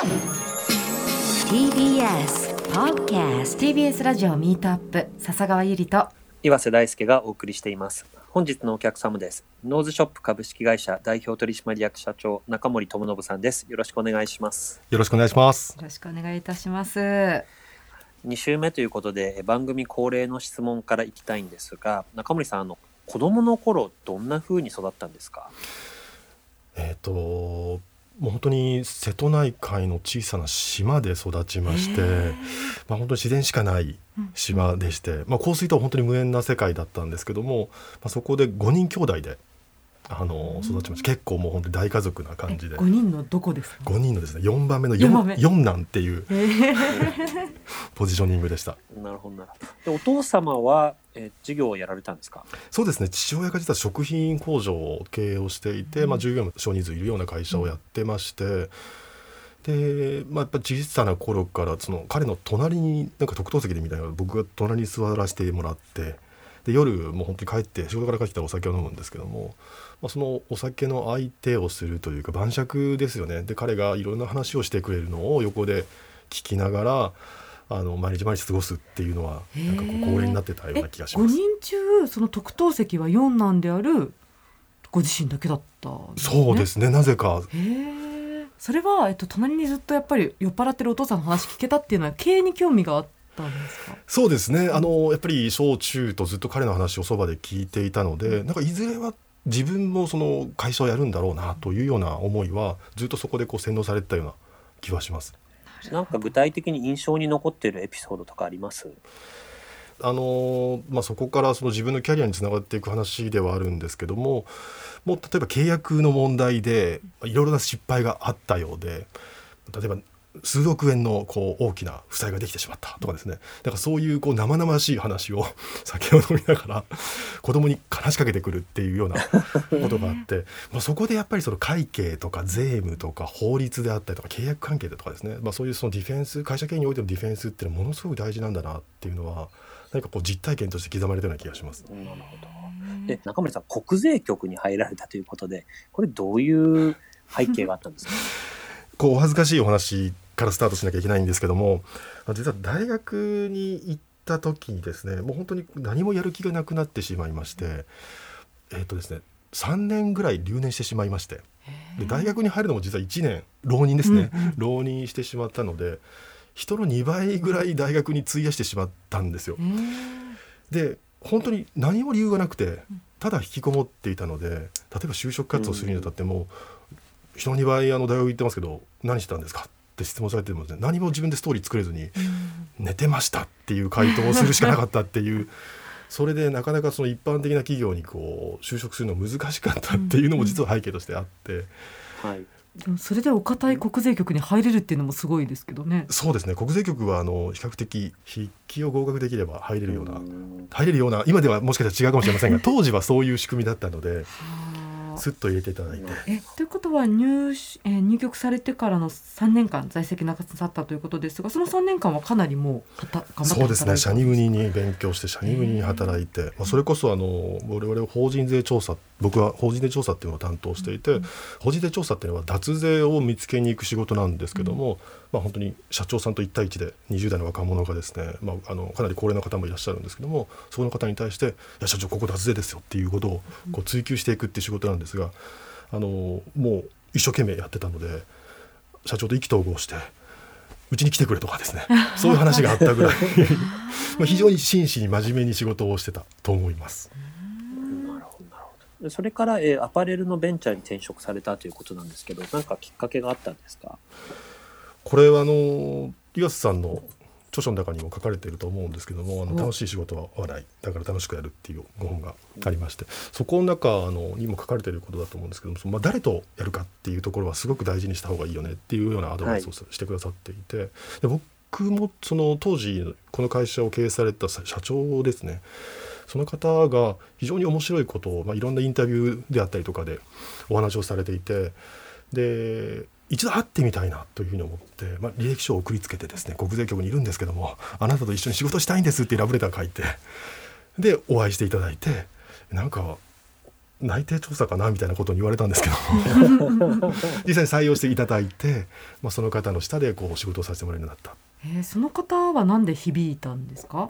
TBS Podcast TBS ラジオミートアップ笹川ゆりと岩瀬大輔がお送りしています。本日のお客様です。ノーズショップ株式会社代表取締役社長中森智信さんです。よろしくお願いします。 よろしくお願いします。 よろしくお願いいたします。 2週目ということで番組恒例の質問からいきたいんですが、中森さん子供の頃どんな風に育ったんですか？ もう本当に瀬戸内海の小さな島で育ちまして、本当に自然しかない島でして、降水とは本当に無縁な世界だったんですけども、そこで5人兄弟で育ちました。結構もう本当に大家族な感じで。 5人のどこですか ？5人のですね、4番目の四男っていうポジショニングでした。 なるほどなるほど。でお父様は、事業をやられたんですか？ そうですね、父親が実は食品工場を経営をしていて、従業員も少人数いるような会社をやってまして、でやっぱ小さな頃から彼の隣に特等席でみたいな、僕が隣に座らせてもらって、で夜もう本当に仕事から帰ってきたらお酒を飲むんですけども、そのお酒の相手をするというか晩酌ですよね。で彼がいろんな話をしてくれるのを横で聞きながら毎日過ごすっていうのは恒例になってたような気がします。 5人中その特等席は4男であるご自身だけだったんですね。 そうですね、なぜか。 それは、隣にずっとやっぱり酔っ払ってるお父さんの話聞けたっていうのは経営に興味があったんですか？ そうですね、やっぱり小中とずっと彼の話をそばで聞いていたので、いずれは自分もその会社をやるんだろうなというような思いはずっとそこで洗脳されてたような気はします。 具体的に印象に残っているエピソードとかあります？ そこから自分のキャリアにつながっていく話ではあるんですけども、例えば契約の問題でいろいろな失敗があったようで、例えば数億円の大きな負債ができてしまったとかですね、そういう生々しい話を酒を飲みながら子供に話しかけてくるっていうようなことがあってそこでやっぱり会計とか税務とか法律であったりとか契約関係だとかですね、そういうディフェンス、会社経営においてのディフェンスっていうのはものすごく大事なんだなっていうのは実体験として刻まれたような気がします。 なるほど。で中森さん、国税局に入られたということで、これどういう背景があったんですか？ お恥ずかしいお話からスタートしなきゃいけないんですけども、実は大学に行った時にですね、もう本当に何もやる気がなくなってしまいまして、ですね、3年ぐらい留年してしまいまして、で大学に入るのも実は1年浪人ですね、浪人してしまったので人の2倍ぐらい大学に費やしてしまったんですよ。で本当に何も理由がなくてただ引きこもっていたので、例えば就職活動するにあたっても、人の2倍大学行ってますけど何してたんですかって質問されても、何も自分でストーリー作れずに、寝てましたっていう回答をするしかなかったっていうそれでなかなか一般的な企業に就職するの難しかったっていうのも実は背景としてあって、 でもそれでお堅い国税局に入れるっていうのもすごいですけどね。 そうですね、国税局は比較的筆記を合格できれば入れるような、今ではもしかしたら違うかもしれませんが当時はそういう仕組みだったのですっと入れていただいて。 ということは入局されてからの3年間在籍なさったということですが、その3年間はかなりもう頑張って働いた。 そうですね、社に国に勉強して社に国に働いて、それこそ我々法人税調査、僕は法人税調査っていうのを担当していて、法人税調査っていうのは脱税を見つけに行く仕事なんですけども、本当に社長さんと1対1で20代の若者がですね、かなり高齢な方もいらっしゃるんですけども、そこの方に対して、いや社長ここ脱税ですよっていうことを追求していくっていう仕事なんですが、もう一生懸命やってたので社長と意気投合してうちに来てくれとかですねそういう話があったぐらい非常に真摯に真面目に仕事をしてたと思います。 なるほど。それから、アパレルのベンチャーに転職されたということなんですけど、何かきっかけがあったんですか？ これは岩瀬さんの著書の中にも書かれていると思うんですけども、楽しい仕事は笑いだから楽しくやるっていうご本がありまして、そこの中にも書かれていることだと思うんですけども、誰とやるかっていうところはすごく大事にした方がいいよねっていうようなアドバイスをしてくださっていて、で僕も当時この会社を経営された社長ですね、その方が非常に面白いことを、いろんなインタビューであったりとかでお話をされていて、で一度会ってみたいなというふうに思って、履歴書を送りつけてですね、国税局にいるんですけどもあなたと一緒に仕事したいんですっていうラブレターを書いて、でお会いしていただいて、 内定調査かなみたいなことに言われたんですけど実際に採用していただいて、その方の下でこう仕事をさせてもらえるようになった。 その方は何で響いたんですか？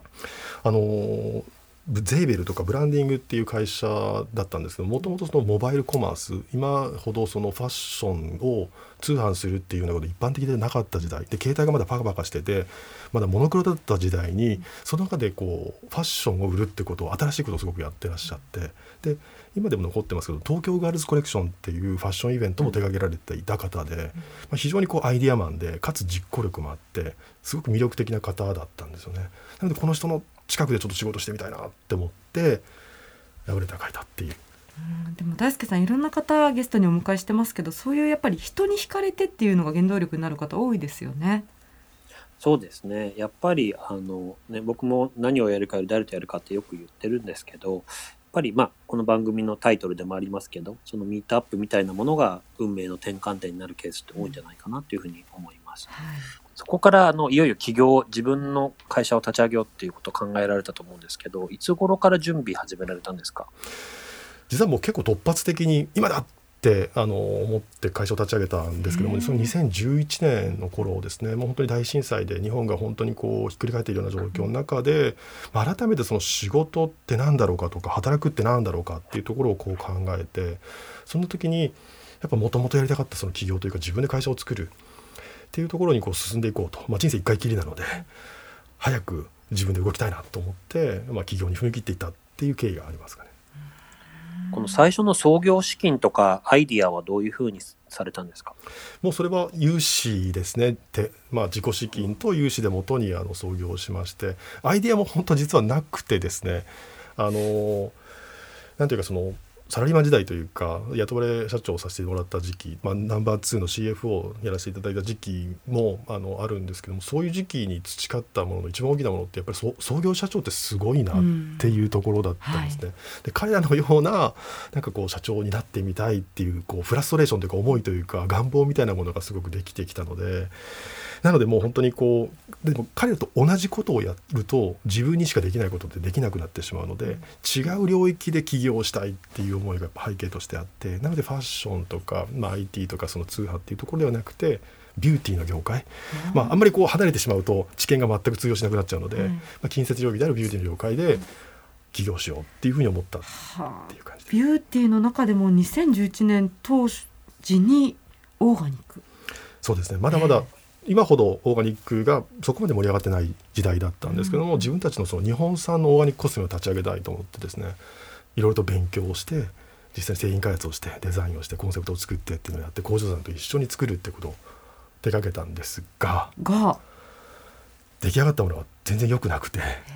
ゼイベルとかブランディングっていう会社だったんですけど、もともとそのモバイルコマース、今ほどそのファッションを通販するっていうようなこと一般的でなかった時代で、携帯がまだパカパカしててまだモノクロだった時代に、その中でこうファッションを売るってことを、新しいことをすごくやってらっしゃって、で今でも残ってますけど、東京ガールズコレクションっていうファッションイベントも手掛けられていた方で、非常にこうアイディアマンで、かつ実行力もあってすごく魅力的な方だったんですよね。なのでこの人の近くでちょっと仕事してみたいなって思ってラブレター書いたっていう。 でも大輔さん、いろんな方ゲストにお迎えしてますけど、そういうやっぱり人に惹かれてっていうのが原動力になる方多いですよね。 そうですね。やっぱり僕も何をやるかより誰とやるかってよく言ってるんですけど、やっぱりこの番組のタイトルでもありますけど、そのミートアップみたいなものが運命の転換点になるケースって多いんじゃないかなというふうに思います。そこからいよいよ起業、自分の会社を立ち上げようっていうことを考えられたと思うんですけど、いつ頃から準備始められたんですか？ 実はもう結構突発的に今だって思って会社を立ち上げたんですけども、その2011年の頃ですね、もう本当に大震災で日本が本当にこうひっくり返っているような状況の中で、改めてその仕事って何だろうかとか、働くって何だろうかっていうところをこう考えて、その時にやっぱもともとやりたかったその起業というか、自分で会社を作るっていうところにこう進んでいこうと、人生一回きりなので早く自分で動きたいなと思って、起業に踏み切っていったっていう経緯がありますかね。 この最初の創業資金とかアイディアはどういうふうにされたんですか？もうそれは融資ですね。自己資金と融資で元に創業しまして、アイディアも本当は実はなくてですね、なんていうか、そのサラリーマン時代というか、雇われ社長をさせてもらった時期、ナンバー2の CFO をやらせていただいた時期もあるんですけども、そういう時期に培ったものの一番大きなものってやっぱり創業社長ってすごいなっていうところだったんですね。で彼らのようなこう社長になってみたいっていうフラストレーションというか、思いというか願望みたいなものがすごくできてきたので、なのでもう本当にでも彼らと同じことをやると自分にしかできないことってできなくなってしまうので、違う領域で起業したいっていう思いが背景としてあって、なのでファッションとか、IT とかその通販っていうところではなくて、ビューティーの業界、あんまり離れてしまうと知見が全く通用しなくなっちゃうので、近接領域であるビューティーの業界で起業しようっていうふうに思ったっていう感じです。 ビューティーの中でも2011年当時にオーガニック、 そうですね、まだまだ今ほどオーガニックがそこまで盛り上がってない時代だったんですけども、自分たちのその日本産のオーガニックコスメを立ち上げたいと思ってですね、いろいろと勉強をして、実際に製品開発をして、デザインをして、コンセプトを作ってっていうのをやって、工場さんと一緒に作るってことを手掛けたんですが、出来上がったものは全然良くなくて、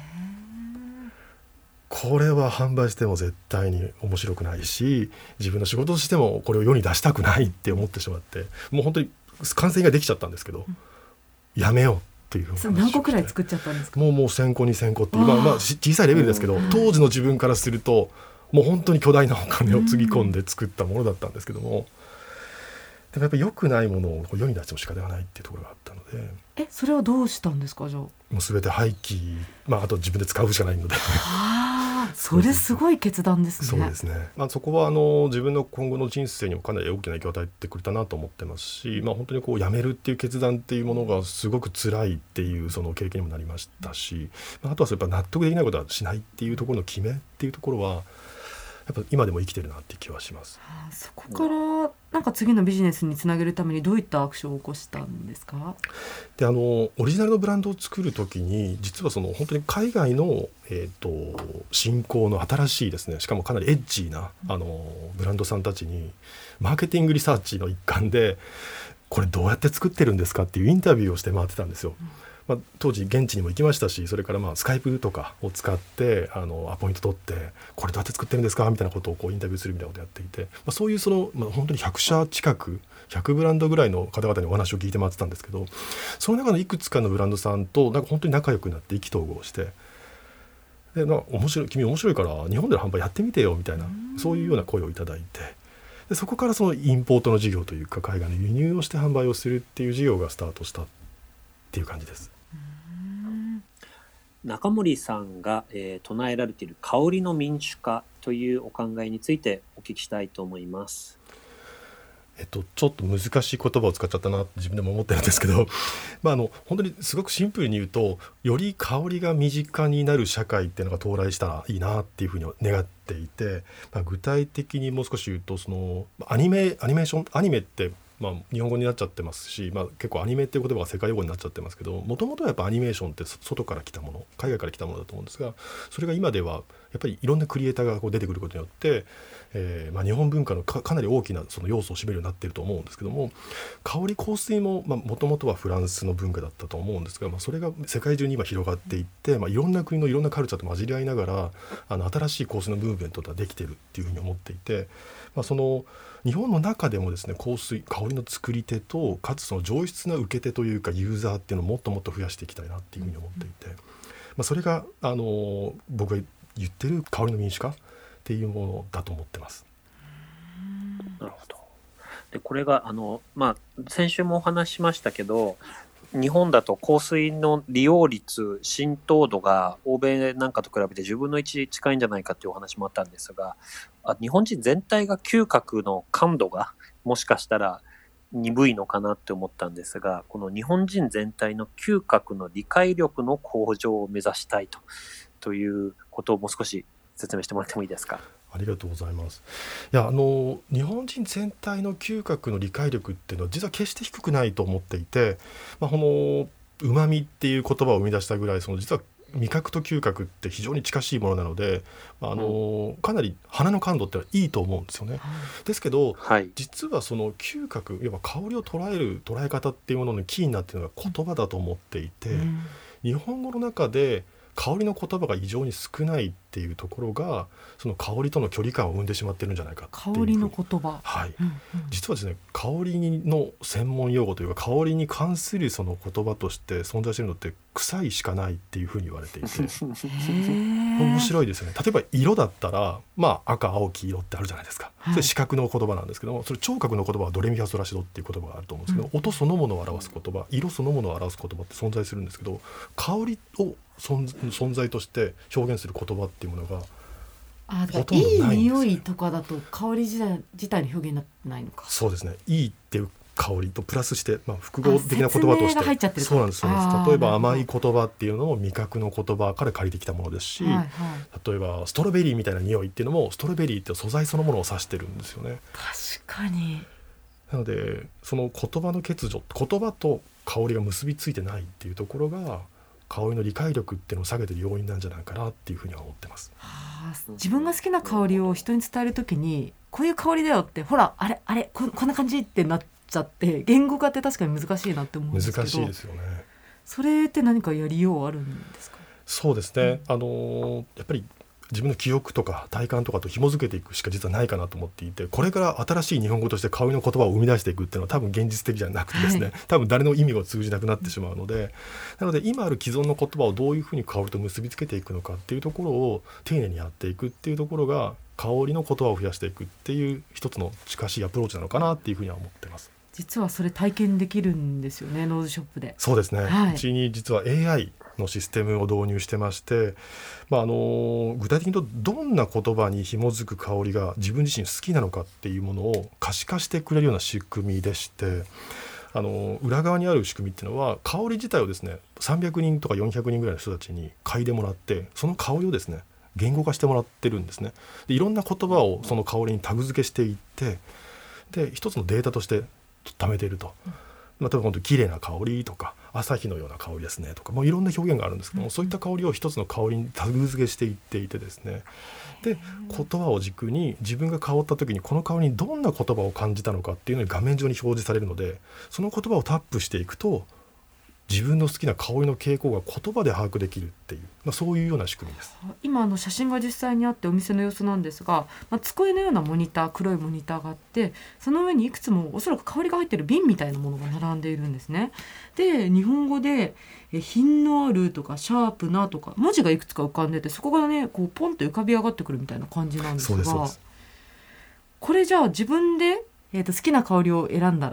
これは販売しても絶対に面白くないし、自分の仕事としてもこれを世に出したくないって思ってしまって、もう本当に完成ができちゃったんですけど、やめようっていう話をして。 何個くらい作っちゃったんですか？ もう1000個2000個って今、小さいレベルですけど、当時の自分からするともう本当に巨大なお金をつぎ込んで作ったものだったんですけども、でもやっぱり良くないものを世に出しても仕方がないっていうところがあったので、 それはどうしたんですか？じゃあもう全て廃棄、あと自分で使うしかないのでそれすごい決断ですね。 そうですね、そこは自分の今後の人生にもかなり大きな影響を与えてくれたなと思ってますし、本当に辞めるっていう決断っていうものがすごく辛いっていうその経験にもなりましたし、あとはやっぱ納得できないことはしないっていうところの決めっていうところはやっぱ今でも生きてるなっていう気はします。 そこから次のビジネスにつなげるためにどういったアクションを起こしたんですか？ でオリジナルのブランドを作るときに、実は本当に海外の、新興の新しいですね、しかもかなりエッジーなブランドさんたちにマーケティングリサーチの一環で、これどうやって作ってるんですかっていうインタビューをして回ってたんですよ。当時現地にも行きましたし、それからスカイプとかを使ってアポイント取って、これどうやって作ってるんですかみたいなことをインタビューするみたいなことをやっていて、そういう本当に100社近く100ブランドぐらいの方々にお話を聞いて回ってたんですけど、その中のいくつかのブランドさんと本当に仲良くなって意気投合して、で君面白いから日本での販売やってみてよみたいな、そういうような声をいただいて、でそこからそのインポートの事業というか、海外の輸入をして販売をするっていう事業がスタートしたっていう感じです。 中森さんが、唱えられている香りの民主化というお考えについてお聞きしたいと思います。 ちょっと難しい言葉を使っちゃったなって自分でも思ってるんですけど本当にすごくシンプルに言うと、より香りが身近になる社会っていうのが到来したらいいなっていうふうに願っていて、具体的にもう少し言うと、そのアニメって日本語になっちゃってますし、結構アニメっていう言葉が世界用語になっちゃってますけど、もともとはやっぱアニメーションって外から来たもの、海外から来たものだと思うんですが、それが今ではやっぱりいろんなクリエイターがこう出てくることによって、日本文化の かなり大きなその要素を占めるようになっていると思うんですけども、香り香水ももともとはフランスの文化だったと思うんですが、それが世界中に今広がっていって、いろんな国のいろんなカルチャーと混じり合いながら新しい香水のムーブメントができているっていうふうに思っていて、その日本の中でもですね、香りの作り手と、かつその上質な受け手というかユーザーっていうのをもっともっと増やしていきたいなっていうふうに思っていて、それが僕が言ってる香りの民主化っていうものだと思ってます。 なるほど。でこれが先週もお話ししましたけど、日本だと香水の利用率、浸透度が欧米なんかと比べて10分の1近いんじゃないかっていうお話もあったんですが、日本人全体が嗅覚の感度がもしかしたら鈍いのかなって思ったんですが、この日本人全体の嗅覚の理解力の向上を目指したいということをもう少し説明してもらってもいいですか。 ありがとうございます。いや日本人全体の嗅覚の理解力っていうのは実は決して低くないと思っていて、このうまみっていう言葉を生み出したぐらい、実は味覚と嗅覚って非常に近しいものなので、かなり鼻の感度っていいと思うんですよね。ですけど、実はその嗅覚、いわば香りを捉え方っていうもののキーになっているのが言葉だと思っていて、日本語の中で香りの言葉が異常に少ないっていうところが、その香りとの距離感を生んでしまってるんじゃないかっていう。 香りの言葉、 実はですね、香りの専門用語というか、香りに関するその言葉として存在しているのって臭いしかないっていうふうに言われていて面白いですよね。例えば色だったら、赤青黄色ってあるじゃないですか。それ視覚の言葉なんですけども、それ聴覚の言葉はドレミファソラシドっていう言葉があると思うんですけど、音そのものを表す言葉、色そのものを表す言葉って存在するんですけど、香りを存在として表現する言葉っていうものがほとんどないんですよ。 いい匂いとかだと香り自体の表現になってないのか。 そうですね、いいっていう香りとプラスして、複合的な言葉として入っちゃってる。 そうなんです。例えば甘い言葉っていうのも味覚の言葉から借りてきたものですし、例えばストロベリーみたいな匂いっていうのも、ストロベリーって素材そのものを指してるんですよね。 確かに。 なのでその言葉の欠如、言葉と香りが結びついてないっていうところが香りの理解力っていうのを下げてる要因なんじゃないかなっていうふうには思ってます。 自分が好きな香りを人に伝えるときに、こういう香りだよって、ほらあれこんな感じってなっちゃって、言語化って確かに難しいなって思うんですけど。 難しいですよね。 それって何かやりようあるんですか。 そうですね、やっぱり自分の記憶とか体感とかと紐づけていくしか実はないかなと思っていて、これから新しい日本語として香りの言葉を生み出していくっていうのは多分現実的じゃなくてですね、多分誰の意味が通じなくなってしまうので、なので今ある既存の言葉をどういうふうに香りと結びつけていくのかっていうところを丁寧にやっていくっていうところが、香りの言葉を増やしていくっていう一つの近しいアプローチなのかなっていうふうには思ってます。 実はそれ体験できるんですよね、ノーズショップで。 そうですね、うちに実は AI のシステムを導入してまして、具体的に言うとどんな言葉に紐づく香りが自分自身好きなのかっていうものを可視化してくれるような仕組みでして、裏側にある仕組みっていうのは、香り自体をですね300人とか400人ぐらいの人たちに嗅いでもらって、その香りをですね言語化してもらってるんですね。でいろんな言葉をその香りにタグ付けしていって、で一つのデータとして貯めていると。例えば本当に綺麗な香りとか、朝日のような香りですねとか、いろんな表現があるんですけども、そういった香りを一つの香りにタグ付けしていっていてですね、で言葉を軸に自分が香った時にこの香りにどんな言葉を感じたのかっていうのに画面上に表示されるので、その言葉をタップしていくと自分の好きな香りの傾向が言葉で把握できるっていう、そういうような仕組みです。 今写真が実際にあってお店の様子なんですが、机のようなモニター、黒いモニターがあって、その上にいくつもおそらく香りが入っている瓶みたいなものが並んでいるんですね。で日本語で品のあるとかシャープなとか文字がいくつか浮かんでて、そこがねこうポンと浮かび上がってくるみたいな感じなんですが、 そうです。 これじゃあ自分で、好きな香りを選んだら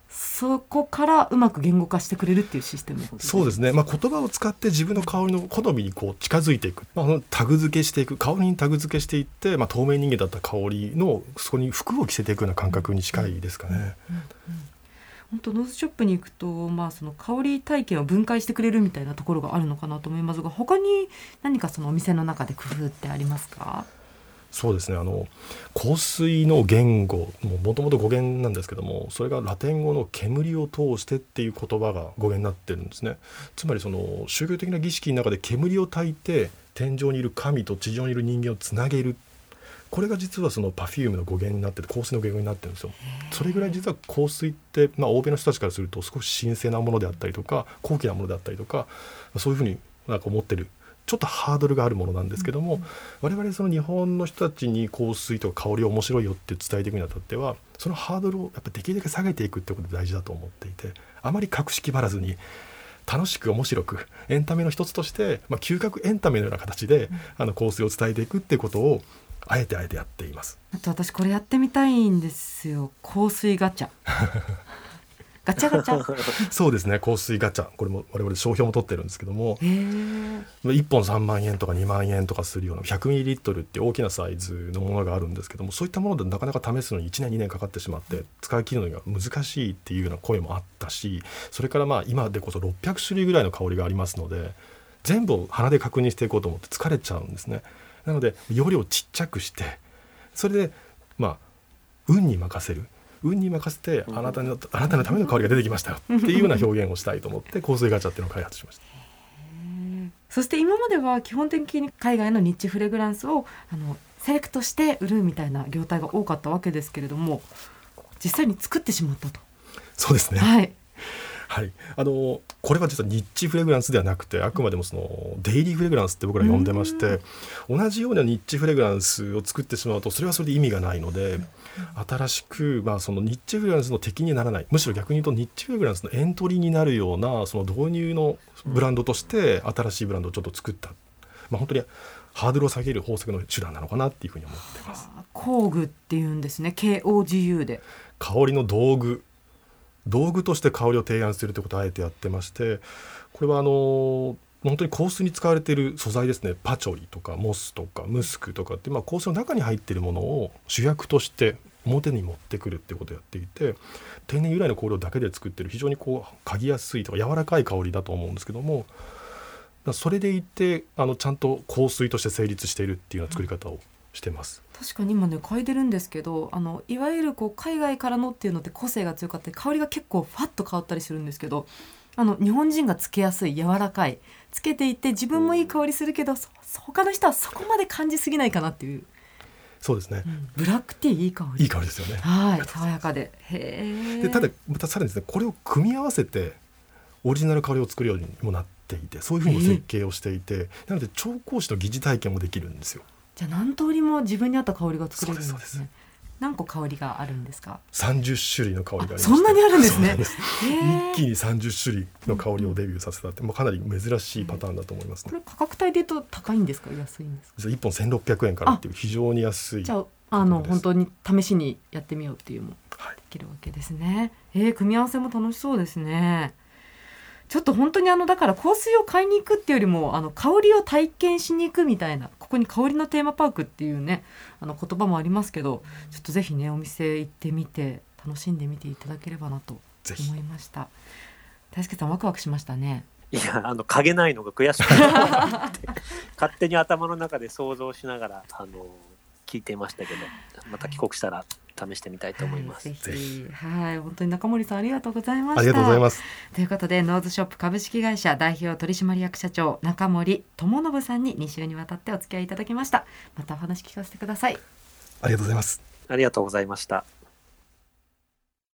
そこからうまく言語化してくれるっていうシステム。 そうですね、言葉を使って自分の香りの好みにこう近づいていく、タグ付けしていく、香りにタグ付けしていって、透明人間だった香りのそこに服を着せていくような感覚に近いですかね。 本当ノーズショップに行くと、その香り体験を分解してくれるみたいなところがあるのかなと思いますが、他に何かそのお店の中で工夫ってありますか？ そうですね、香水の言語もともと語源なんですけども、それがラテン語の煙を通してっていう言葉が語源になってるんですね。つまりその宗教的な儀式の中で煙を焚いて天上にいる神と地上にいる人間をつなげる、これが実はそのパフュームの語源になってて、香水の語源になってるんですよ。それぐらい実は香水って、欧米の人たちからすると少し神聖なものであったりとか高貴なものであったりとか、そういうふうに思ってる、ちょっとハードルがあるものなんですけども、我々その日本の人たちに香水とか香り面白いよって伝えていくにあたっては、そのハードルをやっぱできるだけ下げていくってことが大事だと思っていて、あまり格式ばらずに楽しく面白くエンタメの一つとして、嗅覚エンタメのような形で香水を伝えていくってことをあえてやっています。 あと私これやってみたいんですよ。香水ガチャガチャガチャそうですね、香水ガチャ、これも我々商標も取ってるんですけども、1本3万円とか2万円とかするような 100ml って大きなサイズのものがあるんですけども、そういったものでなかなか試すのに1年2年かかってしまって使い切るのが難しいっていうような声もあったし、それから今でこそ600種類ぐらいの香りがありますので、全部を鼻で確認していこうと思って疲れちゃうんですね。なので容量をちっちゃくして、それで運に任せる、運に任せてあなたのための香りが出てきましたよっていうような表現をしたいと思って香水ガチャっていうのを開発しました。 そして今までは基本的に海外のニッチフレグランスをセレクトして売るみたいな業態が多かったわけですけれども、実際に作ってしまったと。 そうですね、 はいはい、これは実はニッチフレグランスではなくて、あくまでもそのデイリーフレグランスって僕ら呼んでまして、同じようなニッチフレグランスを作ってしまうとそれはそれで意味がないので、新しく、そのニッチフレグランスの敵にならない、むしろ逆に言うとニッチフレグランスのエントリーになるようなその導入のブランドとして新しいブランドをちょっと作った、本当にハードルを下げる宝石の手段なのかなっていうふうに思ってます。 工具っていうんですね。 KOGU で香りの道具として香りを提案するということをあえてやってまして、これは本当に香水に使われている素材ですね、パチョリとかモスとかムスクとかって、香水の中に入っているものを主役として表に持ってくるっていうことをやっていて、天然由来の香料だけで作っている非常に嗅ぎやすいとか柔らかい香りだと思うんですけども、それでいてちゃんと香水として成立しているっていうような作り方をしてます。 確かに今ね嗅いでるんですけど、いわゆる海外からのっていうのって個性が強かったり香りが結構ファッと変わったりするんですけど、日本人がつけやすい柔らかい、つけていて自分もいい香りするけど他の人はそこまで感じすぎないかなっていう。 そうですね、 ブラックティーいい香り、 いい香りですよね。 はい、爽やかで。でただまたさらにですね、これを組み合わせてオリジナル香りを作るようにもなっていて、そういうふうに設計をしていて、なので調香師の疑似体験もできるんですよ。 じゃあ何通りも自分に合った香りが作れるんですね。 そうです。 何個香りがあるんですか ？30種類の香りがありまして、 そんなにあるんですね。 一気に30種類の香りをデビューさせたって、かなり珍しいパターンだと思いますね。 これ価格帯で言うと高いんですか、安いんですか？ 1本1600円からっていう非常に安い。 じゃあ本当に試しにやってみようっていうもできるわけですね。組み合わせも楽しそうですね。ちょっと本当にだから香水を買いに行くっていうよりも香りを体験しに行くみたいな、ここに香りのテーマパークっていうね言葉もありますけど、ちょっとぜひねお店行ってみて楽しんでみていただければなと思いました。大輔さんワクワクしましたね。 いや嗅げないのが悔しくて勝手に頭の中で想像しながら聞いていましたけど、また帰国したら試してみたいと思います。 ぜひ、本当に中森さんありがとうございました。 ありがとうございます。 ということでノーズショップ株式会社代表取締役社長中森智信さんに2週にわたってお付き合いいただきました。またお話聞かせてください。 ありがとうございます。 ありがとうございました。